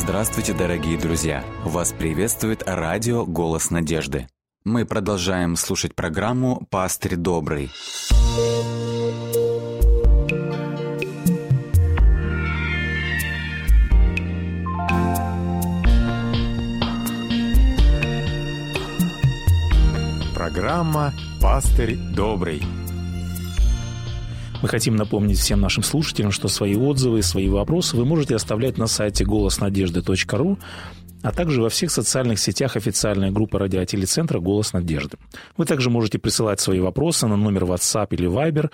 Здравствуйте, дорогие друзья! Вас приветствует радио «Голос надежды». Мы продолжаем слушать программу «Пастырь добрый». Программа «Пастырь добрый». Мы хотим напомнить всем нашим слушателям, что свои отзывы, свои вопросы вы можете оставлять на сайте голоснадежды.ру, а также во всех социальных сетях официальной группы радиотелецентра «Голос надежды». Вы также можете присылать свои вопросы на номер WhatsApp или Viber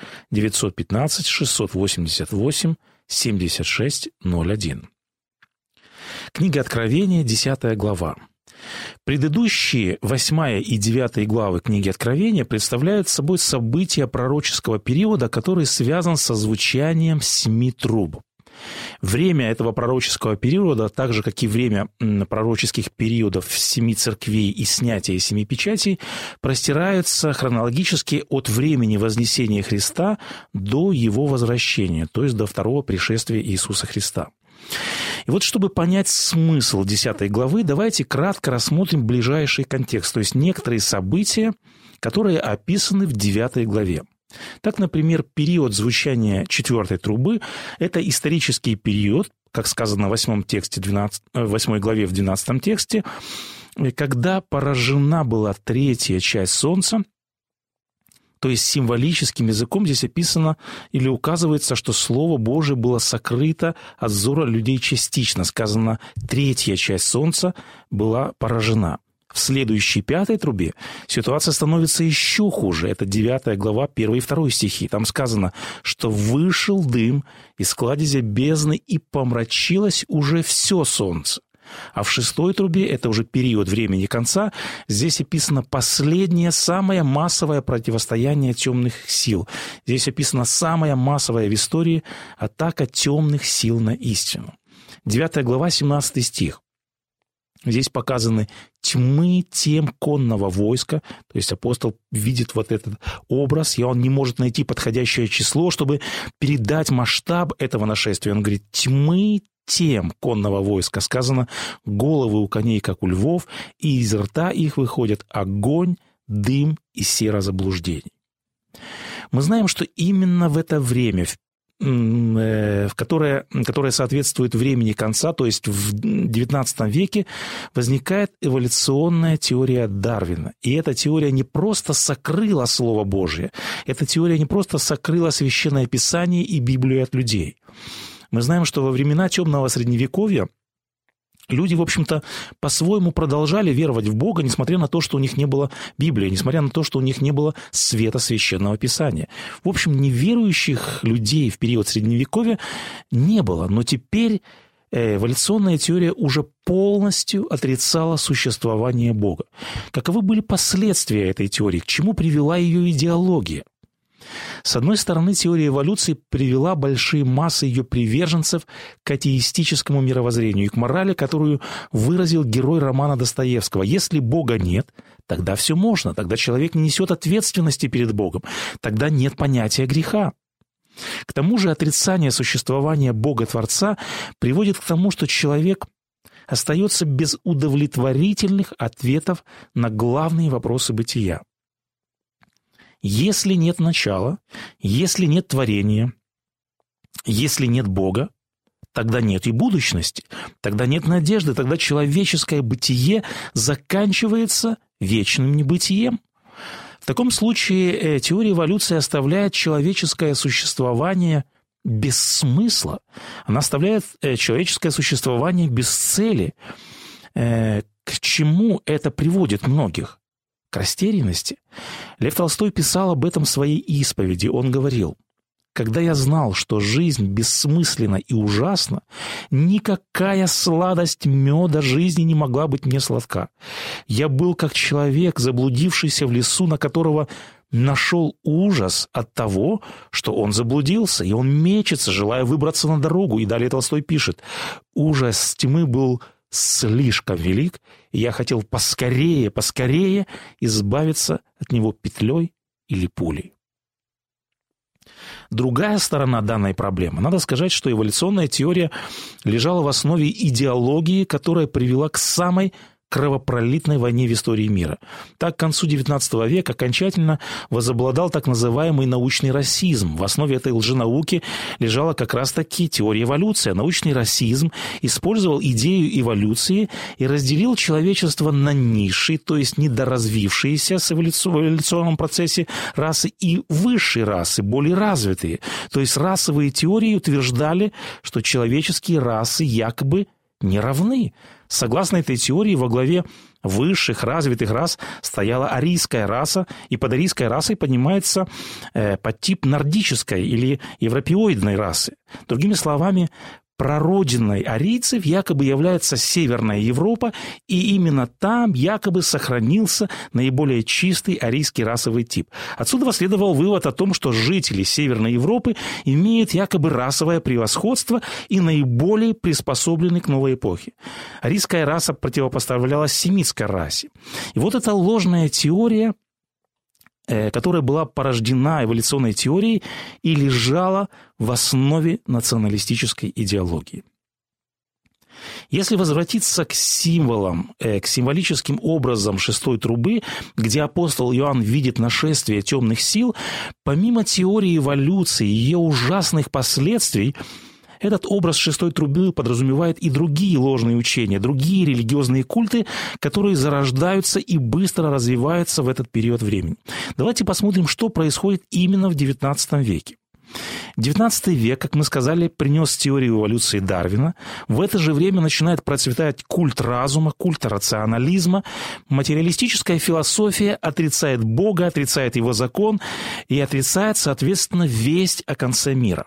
915-688-7601. Книга Откровения, 10 глава. Предыдущие 8 и 9 главы книги Откровения представляют собой события пророческого периода, который связан со звучанием 7 труб. Время этого пророческого периода, так же, как и время пророческих периодов 7 церквей и снятия 7 печатей, простираются хронологически от времени вознесения Христа до Его возвращения, то есть до второго пришествия Иисуса Христа. И вот, чтобы понять смысл 10 главы, давайте кратко рассмотрим ближайший контекст, то есть некоторые события, которые описаны в 9 главе. Так, например, период звучания 4 трубы – это исторический период, как сказано в 8 главе в 12 тексте, когда поражена была третья часть Солнца. То есть символическим языком здесь описано или указывается, что Слово Божие было сокрыто от взора людей частично. Сказано, третья часть Солнца была поражена. В следующей 5 трубе ситуация становится еще хуже. Это 9 глава, 1 и 2 стихи. Там сказано, что вышел дым из кладезя бездны, и помрачилось уже все солнце. А в 6 трубе, это уже период времени конца, здесь описано последнее, самое массовое противостояние темных сил. Здесь описана самая массовая в истории атака темных сил на истину. 9 глава, 17 стих. Здесь показаны тьмы тем конного войска, то есть апостол видит вот этот образ, и он не может найти подходящее число, чтобы передать масштаб этого нашествия. Он говорит, тьмы тем конного войска. Сказано, головы у коней, как у львов, и из рта их выходят огонь, дым и сера заблуждений. Мы знаем, что именно в это время, которое соответствует времени конца, то есть в XIX веке, возникает эволюционная теория Дарвина. И эта теория не просто сокрыла Слово Божие, эта теория не просто сокрыла Священное Писание и Библию от людей. Мы знаем, что во времена темного Средневековья люди, в общем-то, по-своему продолжали веровать в Бога, несмотря на то, что у них не было Библии, несмотря на то, что у них не было света Священного Писания. В общем, неверующих людей в период Средневековья не было, но теперь эволюционная теория уже полностью отрицала существование Бога. Каковы были последствия этой теории? К чему привела ее идеология? С одной стороны, теория эволюции привела большие массы ее приверженцев к атеистическому мировоззрению и к морали, которую выразил герой романа Достоевского. Если Бога нет, тогда все можно, тогда человек не несет ответственности перед Богом, тогда нет понятия греха. К тому же отрицание существования Бога-Творца приводит к тому, что человек остается без удовлетворительных ответов на главные вопросы бытия. Если нет начала, если нет творения, если нет Бога, тогда нет и будущности, тогда нет надежды, тогда человеческое бытие заканчивается вечным небытием. В таком случае теория эволюции оставляет человеческое существование без смысла, она оставляет человеческое существование без цели. К чему это приводит многих? К растерянности. Лев Толстой писал об этом в своей исповеди. Он говорил: «Когда я знал, что жизнь бессмысленна и ужасна, никакая сладость меда жизни не могла быть мне сладка. Я был как человек, заблудившийся в лесу, на которого нашел ужас от того, что он заблудился, и он мечется, желая выбраться на дорогу». И далее Толстой пишет: «Ужас тьмы был слишком велик, и я хотел поскорее избавиться от него петлей или пулей». Другая сторона данной проблемы. Надо сказать, что эволюционная теория лежала в основе идеологии, которая привела к самой кровопролитной войне в истории мира. Так, к концу XIX века окончательно возобладал так называемый научный расизм. В основе этой лженауки лежала как раз-таки теория эволюции. Научный расизм использовал идею эволюции и разделил человечество на низшие, то есть недоразвившиеся в эволюционном процессе расы, и высшие расы, более развитые. То есть расовые теории утверждали, что человеческие расы якобы не равны. Согласно этой теории, во главе высших развитых рас стояла арийская раса, и под арийской расой понимается подтип нордической или европеоидной расы. Другими словами, прародиной арийцев якобы является Северная Европа, и именно там якобы сохранился наиболее чистый арийский расовый тип. Отсюда следовал вывод о том, что жители Северной Европы имеют якобы расовое превосходство и наиболее приспособлены к новой эпохе. Арийская раса противопоставлялась семитской расе. И вот эта ложная теория, которая была порождена эволюционной теорией и лежала в основе националистической идеологии. Если возвратиться к символам, к символическим образам шестой трубы, где апостол Иоанн видит нашествие темных сил, помимо теории эволюции и ее ужасных последствий, этот образ шестой трубы подразумевает и другие ложные учения, другие религиозные культы, которые зарождаются и быстро развиваются в этот период времени. Давайте посмотрим, что происходит именно в XIX веке. XIX век, как мы сказали, принес теорию эволюции Дарвина. В это же время начинает процветать культ разума, культ рационализма. Материалистическая философия отрицает Бога, отрицает его закон и отрицает, соответственно, весть о конце мира.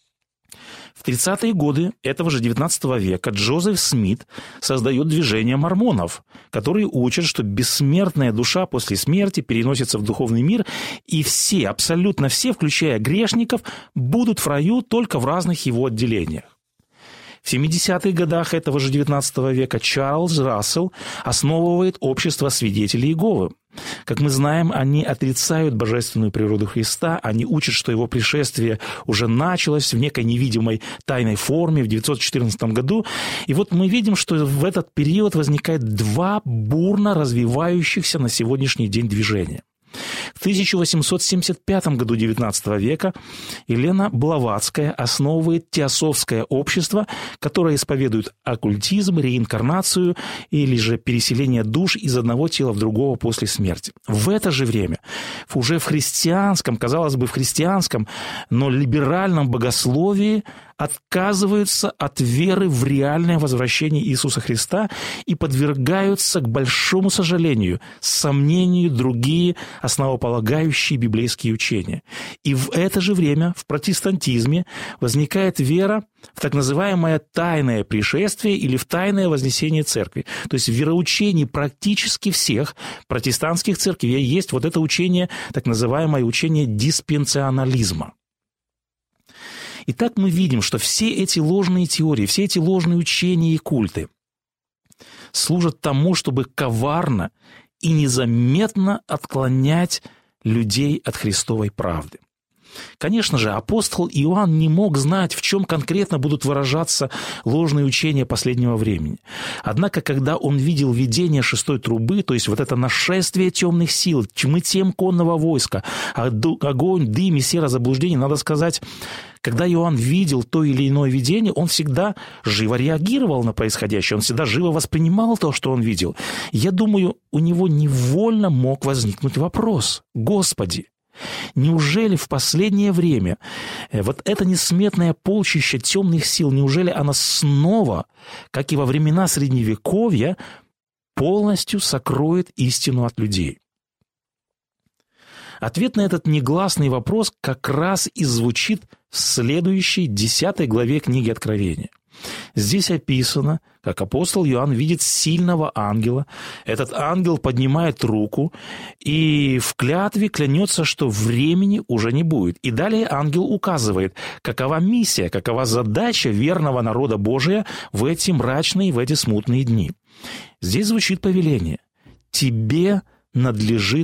В 30-е годы этого же XIX века Джозеф Смит создает движение мормонов, которые учат, что бессмертная душа после смерти переносится в духовный мир, и все, абсолютно все, включая грешников, будут в раю только в разных его отделениях. В 70-х годах этого же XIX века Чарльз Рассел основывает общество свидетелей Иеговы. Как мы знаем, они отрицают божественную природу Христа, они учат, что его пришествие уже началось в некой невидимой тайной форме в 914 году. И вот мы видим, что в этот период возникает два бурно развивающихся на сегодняшний день движения. В 1875 году XIX века Елена Блаватская основывает теософское общество, которое исповедует оккультизм, реинкарнацию или же переселение душ из одного тела в другого после смерти. В это же время уже в христианском, казалось бы, в христианском, но либеральном богословии отказываются от веры в реальное возвращение Иисуса Христа и подвергаются, к большому сожалению, сомнению другие основополагающие библейские учения. И в это же время в протестантизме возникает вера в так называемое тайное пришествие или в тайное вознесение церкви. То есть в вероучении практически всех протестантских церквей есть вот это учение, так называемое учение диспенсионализма. Итак, мы видим, что все эти ложные теории, все эти ложные учения и культы служат тому, чтобы коварно и незаметно отклонять людей от Христовой правды. Конечно же, апостол Иоанн не мог знать, в чем конкретно будут выражаться ложные учения последнего времени. Однако, когда он видел видение шестой трубы, то есть вот это нашествие темных сил, тьмы тем конного войска, огонь, дым и серое заблуждение, надо сказать, когда Иоанн видел то или иное видение, он всегда живо реагировал на происходящее, он всегда живо воспринимал то, что он видел. Я думаю, у него невольно мог возникнуть вопрос: «Господи, неужели в последнее время вот это несметное полчище темных сил, неужели оно снова, как и во времена Средневековья, полностью сокроет истину от людей?» Ответ на этот негласный вопрос как раз и звучит в следующей 10 главе книги Откровения. Здесь описано, как апостол Иоанн видит сильного ангела. Этот ангел поднимает руку и в клятве клянется, что времени уже не будет. И далее ангел указывает, какова миссия, какова задача верного народа Божия в эти мрачные, в эти смутные дни. Здесь звучит повеление: «Тебе надлежит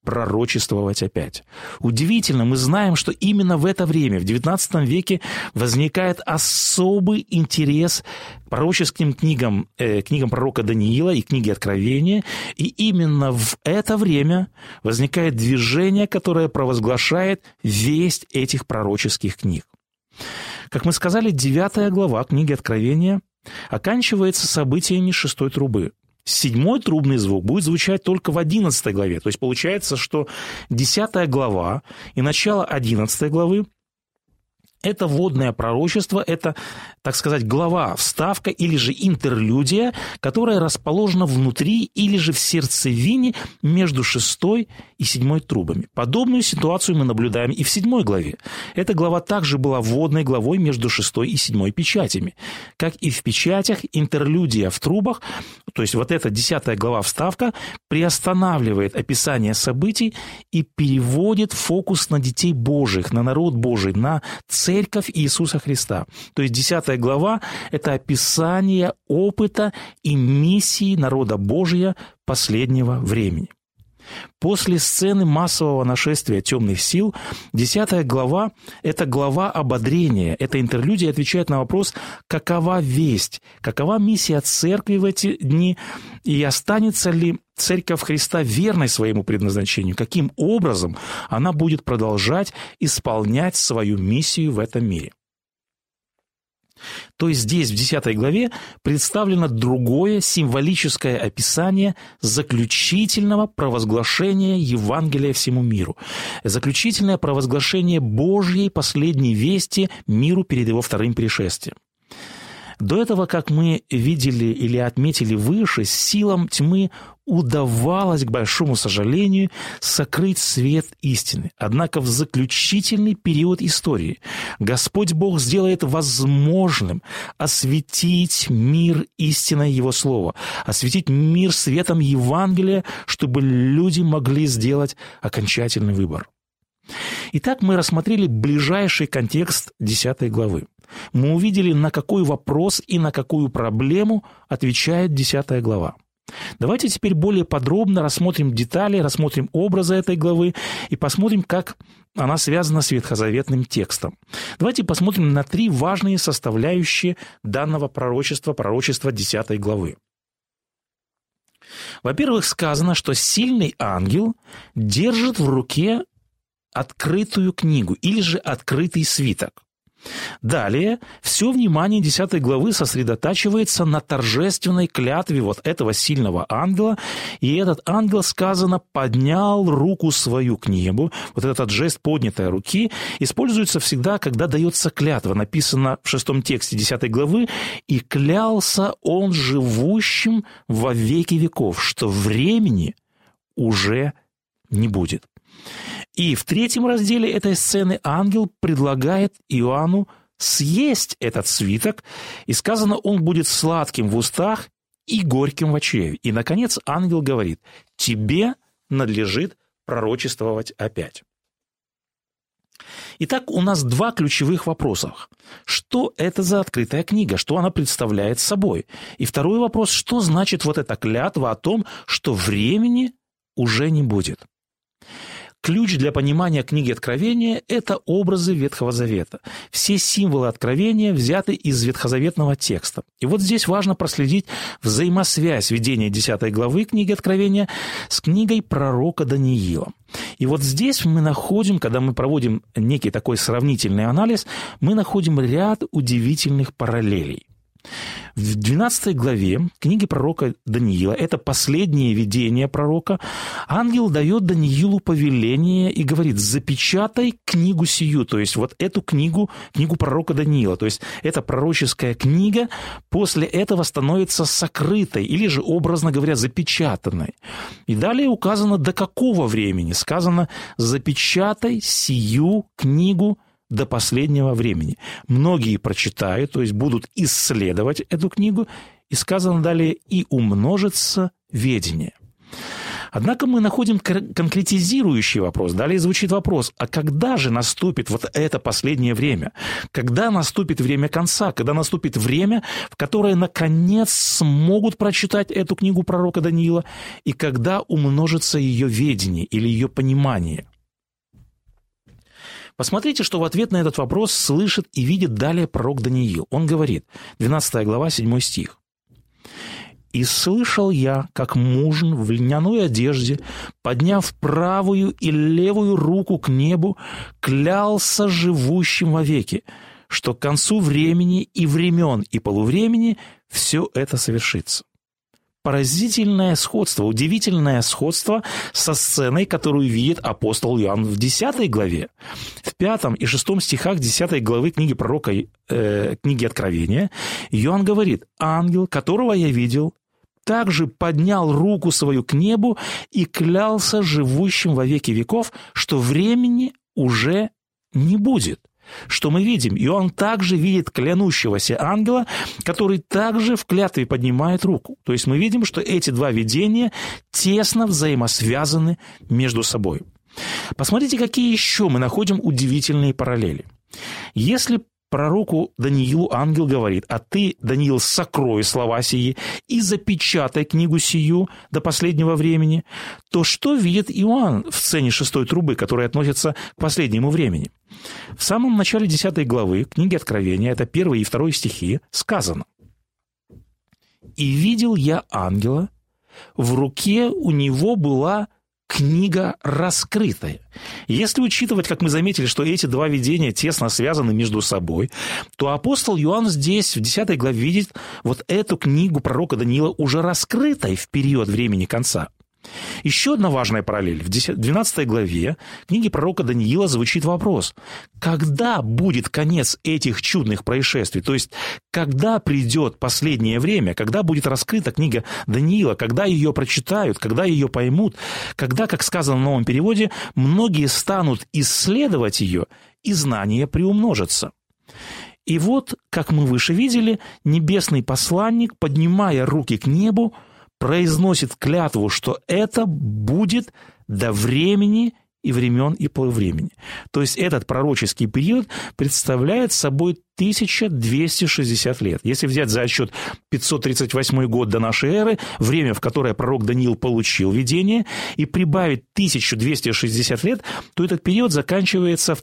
пророчествовать опять. Удивительно, мы знаем, что именно в это время, в XIX веке, возникает особый интерес к пророческим книгам пророка Даниила и книге Откровения, и именно в это время возникает движение, которое провозглашает весть этих пророческих книг. Как мы сказали, 9 глава книги Откровения оканчивается событиями 6-й трубы. 7-й трубный звук будет звучать только в 11 главе. То есть получается, что 10 глава и начало 11 главы – это вводное пророчество, это, так сказать, глава, вставка или же интерлюдия, которая расположена внутри или же в сердцевине между 6-й и 7-й трубами. Подобную ситуацию мы наблюдаем и в 7 главе. Эта глава также была вводной главой между 6-й и 7-й печатями. Как и в печатях, интерлюдия в трубах, то есть вот эта 10 глава вставка, приостанавливает описание событий и переводит фокус на детей Божьих, на народ Божий, на Церковь Иисуса Христа. То есть 10 глава – это описание опыта и миссии народа Божия последнего времени. После сцены массового нашествия темных сил 10 глава – это глава ободрения. Эта интерлюдия отвечает на вопрос, какова весть, какова миссия Церкви в эти дни, и останется ли Церковь Христа верной своему предназначению, каким образом она будет продолжать исполнять свою миссию в этом мире. То есть здесь, в 10 главе, представлено другое символическое описание заключительного провозглашения Евангелия всему миру. Заключительное провозглашение Божьей последней вести миру перед его вторым пришествием. До этого, как мы видели или отметили выше, силам тьмы удавалось, к большому сожалению, сокрыть свет истины. Однако в заключительный период истории Господь Бог сделает возможным осветить мир истиной Его Слова, осветить мир светом Евангелия, чтобы люди могли сделать окончательный выбор. Итак, мы рассмотрели ближайший контекст 10 главы. Мы увидели, на какой вопрос и на какую проблему отвечает 10 глава. Давайте теперь более подробно рассмотрим детали, рассмотрим образы этой главы и посмотрим, как она связана с ветхозаветным текстом. Давайте посмотрим на 3 важные составляющие данного пророчества 10 главы. Во-первых, сказано, что сильный ангел держит в руке открытую книгу или же открытый свиток. Далее все внимание 10 главы сосредотачивается на торжественной клятве вот этого сильного ангела, и этот ангел, сказано, поднял руку свою к небу. Вот этот жест поднятой руки используется всегда, когда дается клятва. Написано в 6 тексте 10 главы: «И клялся он живущим во веки веков, что времени уже не будет». И в 3 разделе этой сцены ангел предлагает Иоанну съесть этот свиток, и сказано, он будет сладким в устах и горьким в чреве. И, наконец, ангел говорит: тебе надлежит пророчествовать опять. Итак, у нас 2 ключевых вопроса. Что это за открытая книга? Что она представляет собой? И второй вопрос: что значит вот эта клятва о том, что времени уже не будет? Ключ для понимания книги Откровения – это образы Ветхого Завета. Все символы Откровения взяты из ветхозаветного текста. И вот здесь важно проследить взаимосвязь ведения 10 главы книги Откровения с книгой пророка Даниила. И вот здесь мы находим, когда мы проводим некий такой сравнительный анализ, мы находим ряд удивительных параллелей. В 12 главе книги пророка Даниила, это последнее видение пророка, ангел дает Даниилу повеление и говорит: запечатай книгу сию, то есть вот эту книгу пророка Даниила, то есть эта пророческая книга после этого становится сокрытой или же, образно говоря, запечатанной. И далее указано, до какого времени. Сказано: запечатай сию книгу до последнего времени. Многие прочитают, то есть будут исследовать эту книгу, и сказано далее: и умножится ведение. Однако мы находим конкретизирующий вопрос. Далее звучит вопрос, а когда же наступит вот это последнее время? Когда наступит время конца? Когда наступит время, в которое, наконец, смогут прочитать эту книгу пророка Даниила? И когда умножится ее ведение или ее понимание? Посмотрите, что в ответ на этот вопрос слышит и видит далее пророк Даниил. Он говорит, 12 глава, 7 стих. «И слышал я, как мужн в льняной одежде, подняв правую и левую руку к небу, клялся живущим вовеки, что к концу времени и времен и полувремени все это совершится». Поразительное сходство, удивительное сходство со сценой, которую видит апостол Иоанн в 10 главе. В 5 и 6 стихах 10 главы книги пророка, книги Откровения, Иоанн говорит, «Ангел, которого я видел, также поднял руку свою к небу и клялся живущим во веки веков, что времени уже не будет». Что мы видим? Иоанн также видит клянущегося ангела, который также в клятве поднимает руку. То есть мы видим, что эти два видения тесно взаимосвязаны между собой. Посмотрите, какие еще мы находим удивительные параллели. Если пророку Даниилу ангел говорит, а ты, Даниил, сокрой слова сии и запечатай книгу сию до последнего времени, то что видит Иоанн в сцене 6 трубы, которая относится к последнему времени? В самом начале 10 главы книги Откровения, это 1 и 2 стихи, сказано: «И видел я ангела, в руке у него была книга раскрытая». Если учитывать, как мы заметили, что эти два видения тесно связаны между собой, то апостол Иоанн здесь, в 10 главе, видит вот эту книгу пророка Даниила уже раскрытой в период времени конца. Еще одна важная параллель. В 12 главе книги пророка Даниила звучит вопрос: когда будет конец этих чудных происшествий? То есть, когда придет последнее время, когда будет раскрыта книга Даниила, когда ее прочитают, когда ее поймут, когда, как сказано в новом переводе, многие станут исследовать ее, и знания приумножатся. И вот, как мы выше видели, небесный посланник, поднимая руки к небу, произносит клятву, что это будет до времени и времен и полувремени. То есть этот пророческий период представляет собой 1260 лет. Если взять за отсчет 538 год до нашей эры, время, в которое пророк Даниил получил видение, и прибавить 1260 лет, то этот период заканчивается в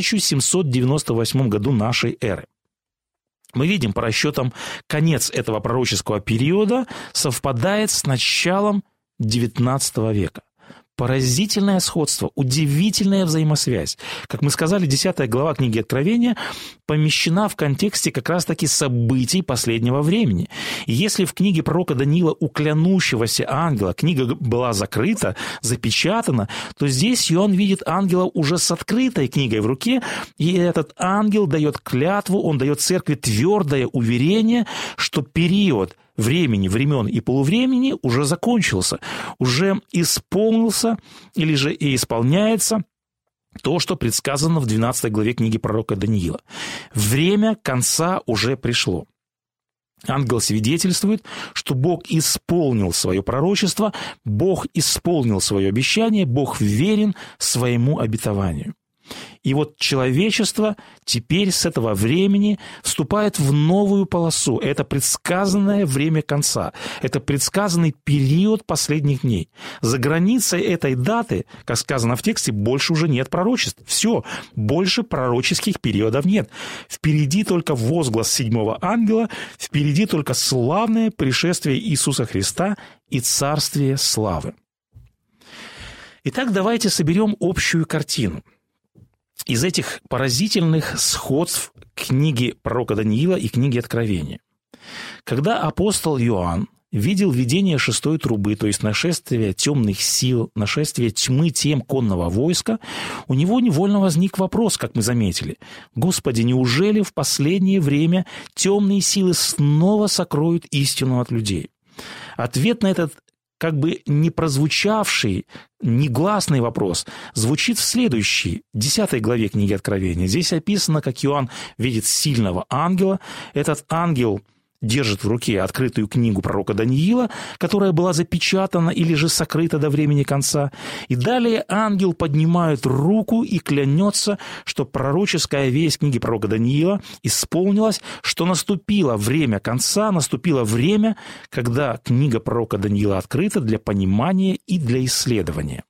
1798 году нашей эры. Мы видим по расчетам, конец этого пророческого периода совпадает с началом XIX века. Поразительное сходство, удивительная взаимосвязь. Как мы сказали, 10 глава книги Откровения помещена в контексте как раз-таки событий последнего времени. И если в книге пророка Даниила у клянущегося ангела книга была закрыта, запечатана, то здесь Иоанн видит ангела уже с открытой книгой в руке, и этот ангел дает клятву, он дает церкви твердое уверение, что период времени, времен и полувремени уже закончился, уже исполнился или же и исполняется то, что предсказано в 12 главе книги пророка Даниила. Время конца уже пришло. Ангел свидетельствует, что Бог исполнил свое пророчество, Бог исполнил свое обещание, Бог верен своему обетованию. И вот человечество теперь с этого времени вступает в новую полосу. Это предсказанное время конца. Это предсказанный период последних дней. За границей этой даты, как сказано в тексте, больше уже нет пророчеств. Все, больше пророческих периодов нет. Впереди только возглас 7-го ангела, впереди только славное пришествие Иисуса Христа и царствие славы. Итак, давайте соберем общую картину из этих поразительных сходств книги пророка Даниила и книги Откровения. Когда апостол Иоанн видел видение 6 трубы, то есть нашествие темных сил, нашествие тьмы тем конного войска, у него невольно возник вопрос, как мы заметили: «Господи, неужели в последнее время темные силы снова сокроют истину от людей?» Ответ на этот как бы не прозвучавший, негласный вопрос звучит в следующей, 10 главе книги Откровения. Здесь описано, как Иоанн видит сильного ангела. Этот ангел держит в руке открытую книгу пророка Даниила, которая была запечатана или же сокрыта до времени конца. И далее ангел поднимает руку и клянется, что пророческая весть книги пророка Даниила исполнилась, что наступило время конца, наступило время, когда книга пророка Даниила открыта для понимания и для исследования.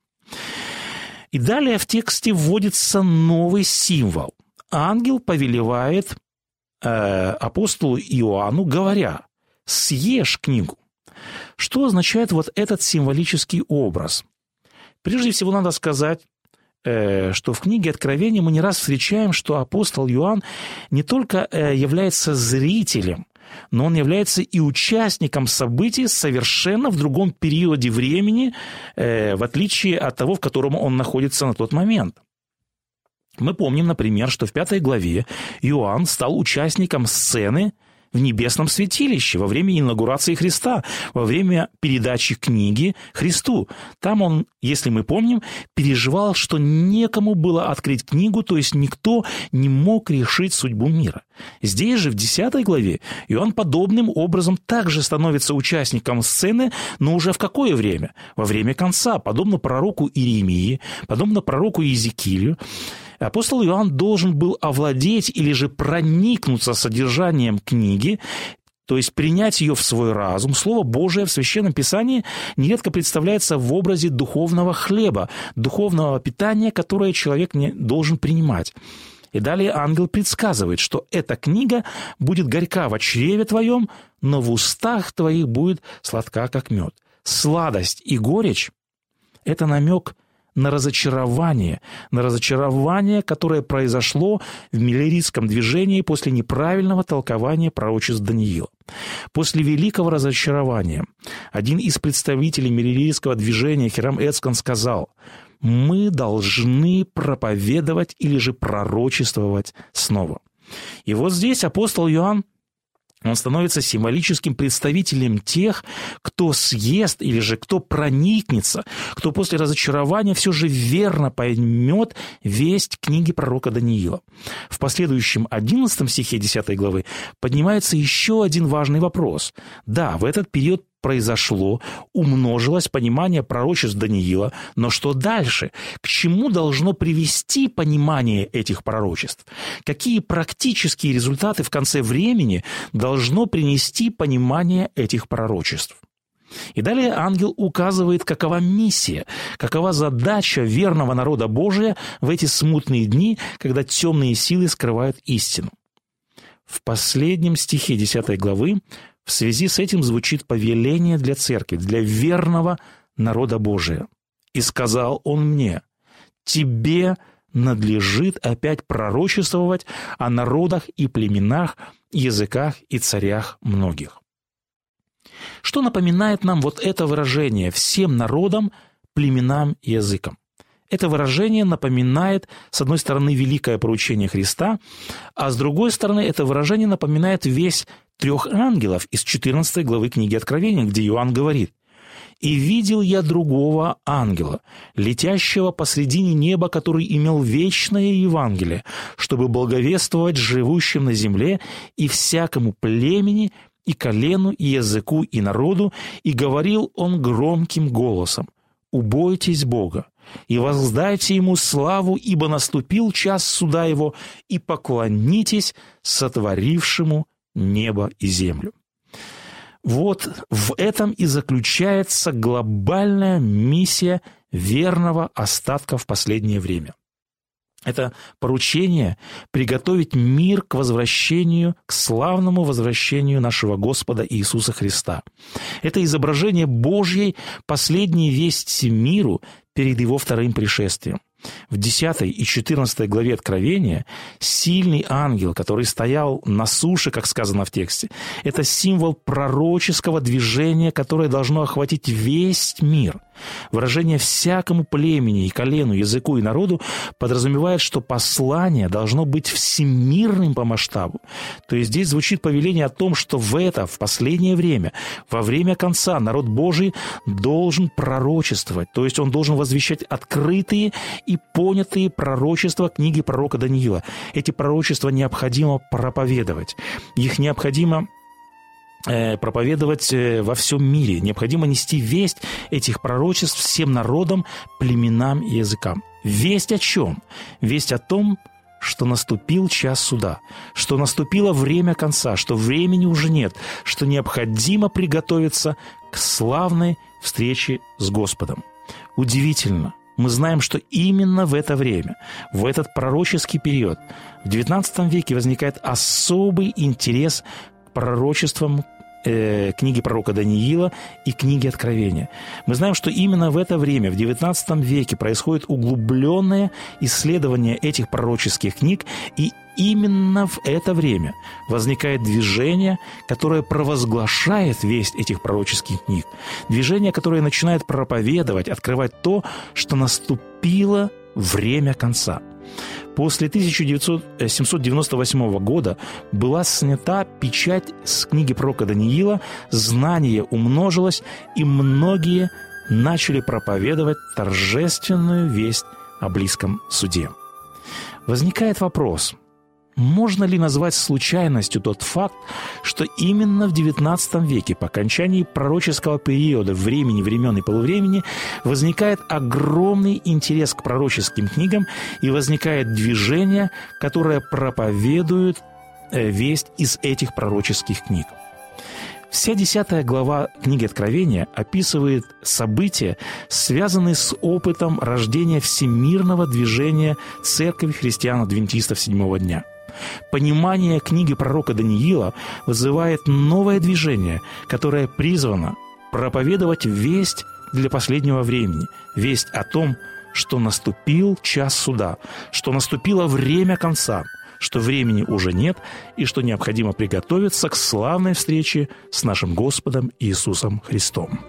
И далее в тексте вводится новый символ. Ангел повелевает апостолу Иоанну, говоря: «Съешь книгу». Что означает вот этот символический образ? Прежде всего надо сказать, что в книге Откровения мы не раз встречаем, что апостол Иоанн не только является зрителем, но он является и участником событий совершенно в другом периоде времени, в отличие от того, в котором он находится на тот момент. Мы помним, например, что в 5 главе Иоанн стал участником сцены в небесном святилище во время инаугурации Христа, во время передачи книги Христу. Там он, если мы помним, переживал, что некому было открыть книгу, то есть никто не мог решить судьбу мира. Здесь же, в 10 главе, Иоанн подобным образом также становится участником сцены, но уже в какое время? Во время конца, подобно пророку Иеремии, подобно пророку Иезекиилю. Апостол Иоанн должен был овладеть или же проникнуться содержанием книги, то есть принять ее в свой разум. Слово Божие в Священном Писании нередко представляется в образе духовного хлеба, духовного питания, которое человек не должен принимать. И далее ангел предсказывает, что эта книга будет горька в чреве твоем, но в устах твоих будет сладка, как мед. Сладость и горечь – это намек на разочарование, которое произошло в миллеритском движении после неправильного толкования пророчеств Даниила. После великого разочарования один из представителей миллеритского движения, Хирам Эцкан, сказал: «Мы должны проповедовать или же пророчествовать снова». И вот здесь апостол Иоанн, он становится символическим представителем тех, кто съест или же кто проникнется, кто после разочарования все же верно поймет весть книги пророка Даниила. В последующем 11 стихе 10 главы поднимается еще один важный вопрос. Да, в этот период произошло, умножилось понимание пророчеств Даниила, но что дальше? К чему должно привести понимание этих пророчеств? Какие практические результаты в конце времени должно принести понимание этих пророчеств? И далее ангел указывает, какова миссия, какова задача верного народа Божия в эти смутные дни, когда темные силы скрывают истину. В последнем стихе 10 главы в связи с этим звучит повеление для церкви, для верного народа Божия. «И сказал он мне: тебе надлежит опять пророчествовать о народах и племенах, языках и царях многих». Что напоминает нам вот это выражение «всем народам, племенам и языкам»? Это выражение напоминает, с одной стороны, великое поручение Христа, а с другой стороны, это выражение напоминает весть 3 ангелов из 14 главы книги Откровения, где Иоанн говорит: «И видел я другого ангела, летящего посредине неба, который имел вечное Евангелие, чтобы благовествовать живущим на земле и всякому племени, и колену, и языку, и народу, и говорил он громким голосом: убойтесь Бога, и воздайте Ему славу, ибо наступил час суда Его, и поклонитесь сотворившему небо и землю». Вот в этом и заключается глобальная миссия верного остатка в последнее время. Это поручение приготовить мир к возвращению, к славному возвращению нашего Господа Иисуса Христа. Это изображение Божьей последней вести миру перед Его вторым пришествием. В 10 и 14 главе Откровения сильный ангел, который стоял на суше, как сказано в тексте, это символ пророческого движения, которое должно охватить весь мир. Выражение «всякому племени и колену, языку и народу» подразумевает, что послание должно быть всемирным по масштабу. То есть здесь звучит повеление о том, что в последнее время, во время конца, народ Божий должен пророчествовать, то есть он должен возвещать открытые и понятые пророчества книги пророка Даниила. Эти пророчества необходимо проповедовать, их необходимо проповедовать во всем мире. Необходимо нести весть этих пророчеств всем народам, племенам и языкам. Весть о чем? Весть о том, что наступил час суда, что наступило время конца, что времени уже нет, что необходимо приготовиться к славной встрече с Господом. Удивительно. Мы знаем, что именно в это время, в этот пророческий период, в XIX веке возникает особый интерес к пророчествам книги пророка Даниила и книги Откровения. Мы знаем, что именно в это время, в XIX веке, происходит углубленное исследование этих пророческих книг, и именно в это время возникает движение, которое провозглашает весть этих пророческих книг. Движение, которое начинает проповедовать, открывать то, что наступило время конца. После 1798 года была снята печать с книги пророка Даниила, знание умножилось, и многие начали проповедовать торжественную весть о близком суде. Возникает вопрос, можно ли назвать случайностью тот факт, что именно в XIX веке, по окончании пророческого периода времени, времен и полувремени, возникает огромный интерес к пророческим книгам и возникает движение, которое проповедует весть из этих пророческих книг. Вся 10 глава книги Откровения описывает события, связанные с опытом рождения всемирного движения Церкви христиан-адвентистов седьмого дня. Понимание книги пророка Даниила вызывает новое движение, которое призвано проповедовать весть для последнего времени, весть о том, что наступил час суда, что наступило время конца, что времени уже нет и что необходимо приготовиться к славной встрече с нашим Господом Иисусом Христом.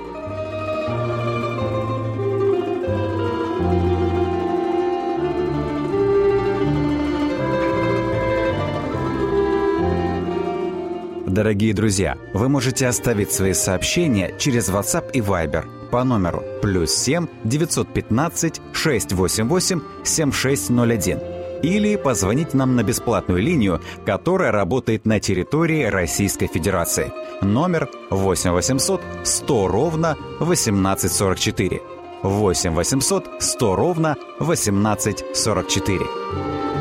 Дорогие друзья, вы можете оставить свои сообщения через WhatsApp и Viber по номеру +7 915 688 7601 или позвонить нам на бесплатную линию, которая работает на территории Российской Федерации. Номер 8 800 100 ровно 1844. 8 800 100 ровно 1844.